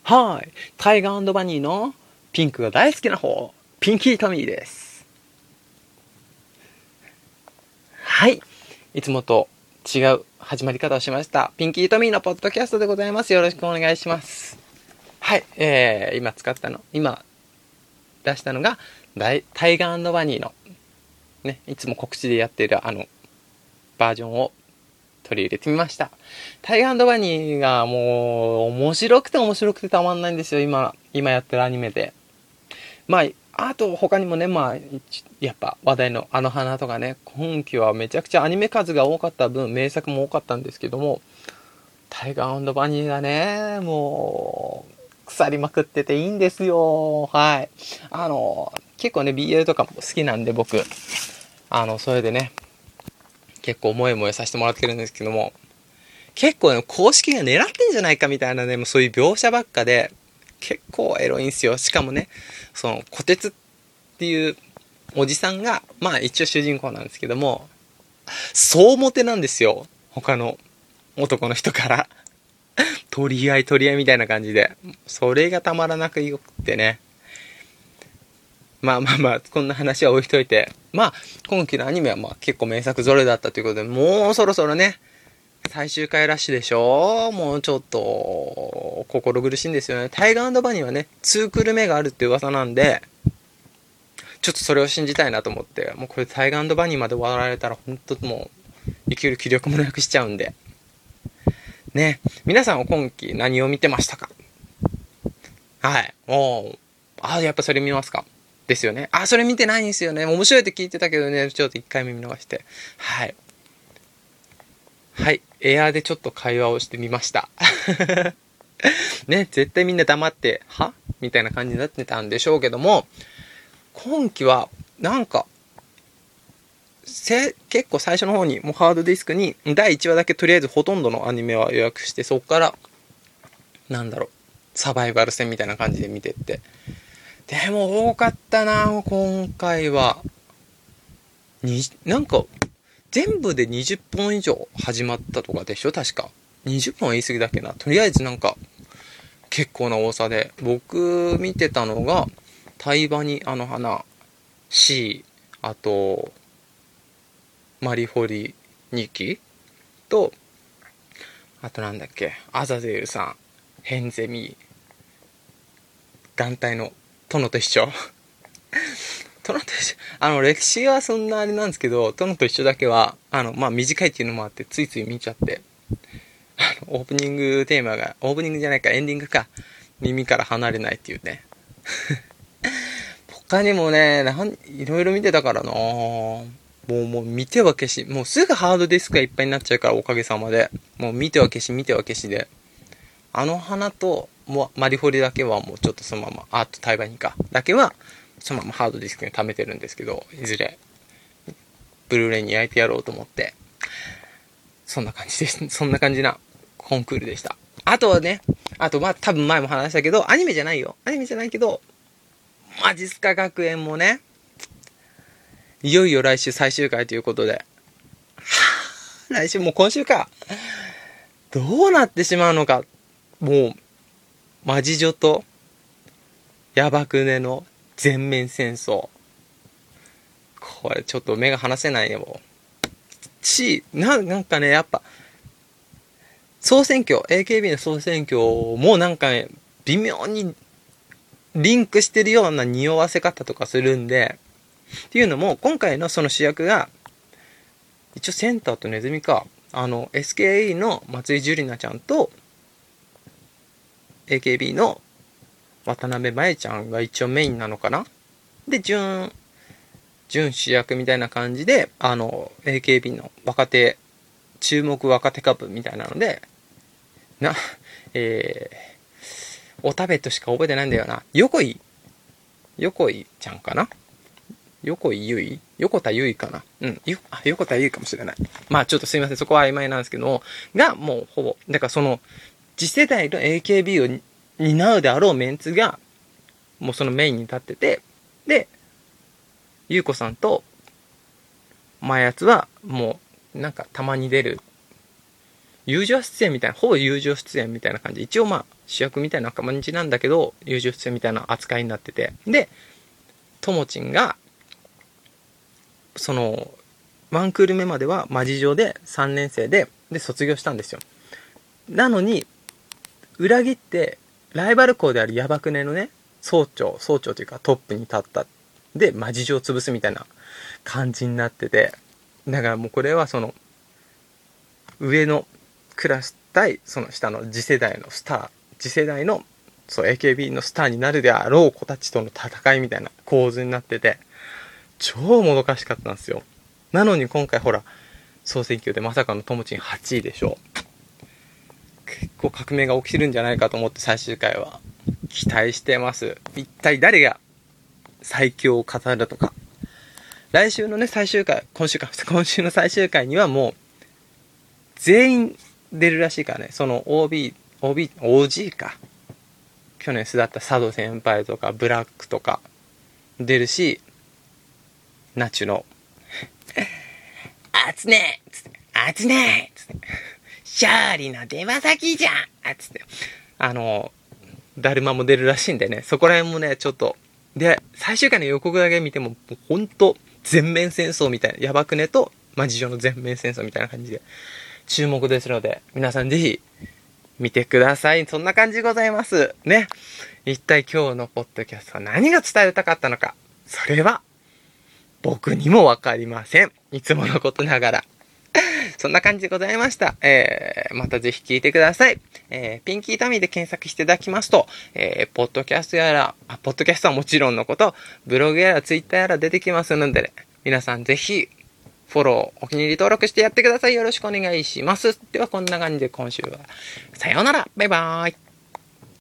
はい。タイガー&バニーのピンクが大好きな方、ピンキートミーです。はい。いつもと違う始まり方をしました。ピンキートミーのポッドキャストでございます。よろしくお願いします。はい。今出したのが、タイガー&バニーの、ね、いつも告知でやっているバージョンを取り入れてみました。タイガー&バニーがもう面白くてたまんないんですよ。今やってるアニメで。あと他にもね、やっぱ話題のあの花とかね、今期はめちゃくちゃアニメ数が多かった分、名作も多かったんですけども、タイガー&バニーがね、もう、腐りまくってていいんですよ。はい。結構ね、BL とかも好きなんで僕、それでね、結構萌え萌えさせてもらってるんですけども、結構ね、公式が狙ってんじゃないかみたいなね、もうそういう描写ばっかで、結構エロいんすよ。しかもね、その、小鉄っていうおじさんが、一応主人公なんですけども、そうモテなんですよ。他の男の人から。取り合いみたいな感じで。それがたまらなくよくってね。こんな話は置いといて。今期のアニメは結構名作ぞろいだったということで、もうそろそろね、最終回ラッシュでしょ。もうちょっと、心苦しいんですよね。タイガー&バニーはね、2クール目があるって噂なんで、ちょっとそれを信じたいなと思って、もうこれタイガー&バニーまで終わられたら、本当もう、生きる気力もなくしちゃうんで。ね。皆さんは今期何を見てましたか？はい。やっぱそれ見ますか？ですよね。それ見てないんですよね。面白いって聞いてたけどね、ちょっと1回目見逃して。はい。はい。エアーでちょっと会話をしてみました。ね、絶対みんな黙って、はみたいな感じになってたんでしょうけども、今期は、なんか、結構最初の方にもうハードディスクに第1話だけとりあえずほとんどのアニメは予約して、そこからサバイバル戦みたいな感じで見てって、でも多かったな今回は。なんか全部で20本以上始まったとかでしょ、確か。20本は言い過ぎだっけな。とりあえず結構な多さで、僕見てたのがタイバニあの花 C、 あとマリフォリ2期と、あとなんだっけ、アザゼルさん、ヘンゼミ、団体の殿と一緒。殿と一緒。歴史はそんなあれなんですけど、殿と一緒だけは、短いっていうのもあって、ついつい見ちゃって、オープニングテーマが、オープニングじゃないか、エンディングか、耳から離れないっていうね。他にもね、いろいろ見てたからなもう見ては消し、もうすぐハードディスクがいっぱいになっちゃうから、おかげさまで。もう見ては消しで。あの花と、マリフォリだけはもうちょっとそのまま、あとタイバニか。だけは、そのままハードディスクに貯めてるんですけど、いずれ、ブルーレイに焼いてやろうと思って。そんな感じです。そんな感じなコンクールでした。あとはね、多分前も話したけど、アニメじゃないよ。アニメじゃないけど、マジスカ学園もね、いよいよ来週最終回ということで。来週もう今週か。どうなってしまうのか。もう、マジ女と、ヤバクネの全面戦争。これちょっと目が離せないよ。なんかね、やっぱ、総選挙、AKB の総選挙もなんかね、微妙にリンクしてるような匂わせ方とかするんで、っていうのも、今回のその主役が、一応センターとネズミか、SKE の松井樹里奈ちゃんと、AKB の渡辺真由ちゃんが一応メインなのかな。で、準主役みたいな感じで、AKB の注目若手カップみたいなので、おたべとしか覚えてないんだよな。横井ちゃんかな、横田ゆいかな、横田ゆいかもしれない。ちょっとすいません、そこは曖昧なんですけども、が、もうほぼ、だからその、次世代の AKB を担うであろうメンツが、もうそのメインに立ってて、で、ゆうこさんと、やつは、もう、たまに出る、友情出演みたいな、ほぼ友情出演みたいな感じで、一応主役みたいな感じなんだけど、優柔不断みたいな扱いになってて。で、ともちんが、ワンクール目まではマジ上で3年生で卒業したんですよ。なのに、裏切って、ライバル校であるヤバクネのね、総長というかトップに立った。で、マジ上を潰すみたいな感じになってて、だからもうこれは上のクラス対その下の次世代のスター、次世代のAKB のスターになるであろう子たちとの戦いみたいな構図になってて、超もどかしかったんですよ。なのに今回ほら、総選挙でまさかのともちん8位でしょ。結構革命が起きるんじゃないかと思って最終回は期待してます。一体誰が最強を語るとか。来週のね、最終回、今週の最終回にはもう、全員出るらしいからね、OG か。去年巣立った佐渡先輩とか、ブラックとか、出るし、ナチュの、あつねーつって、あつねーつって、勝利の手羽先じゃんつって、だるまも出るらしいんでね、そこら辺もね、ちょっと、で、最終回の予告だけ見ても、ほんと、全面戦争みたいな、ヤバクネとマジ上の全面戦争みたいな感じで、注目ですので、皆さんぜひ、見てください。そんな感じでございます。ね。一体今日のポッドキャストは何が伝えたかったのか。それは、僕にもわかりません。いつものことながら。そんな感じでございました。またぜひ聞いてください。ピンキータミーで検索していただきますと、ポッドキャストはもちろんのこと、ブログやらツイッターやら出てきますので、ね、皆さんぜひ、フォロー、お気に入り登録してやってください。よろしくお願いします。ではこんな感じで今週は、さようなら。バイバーイ。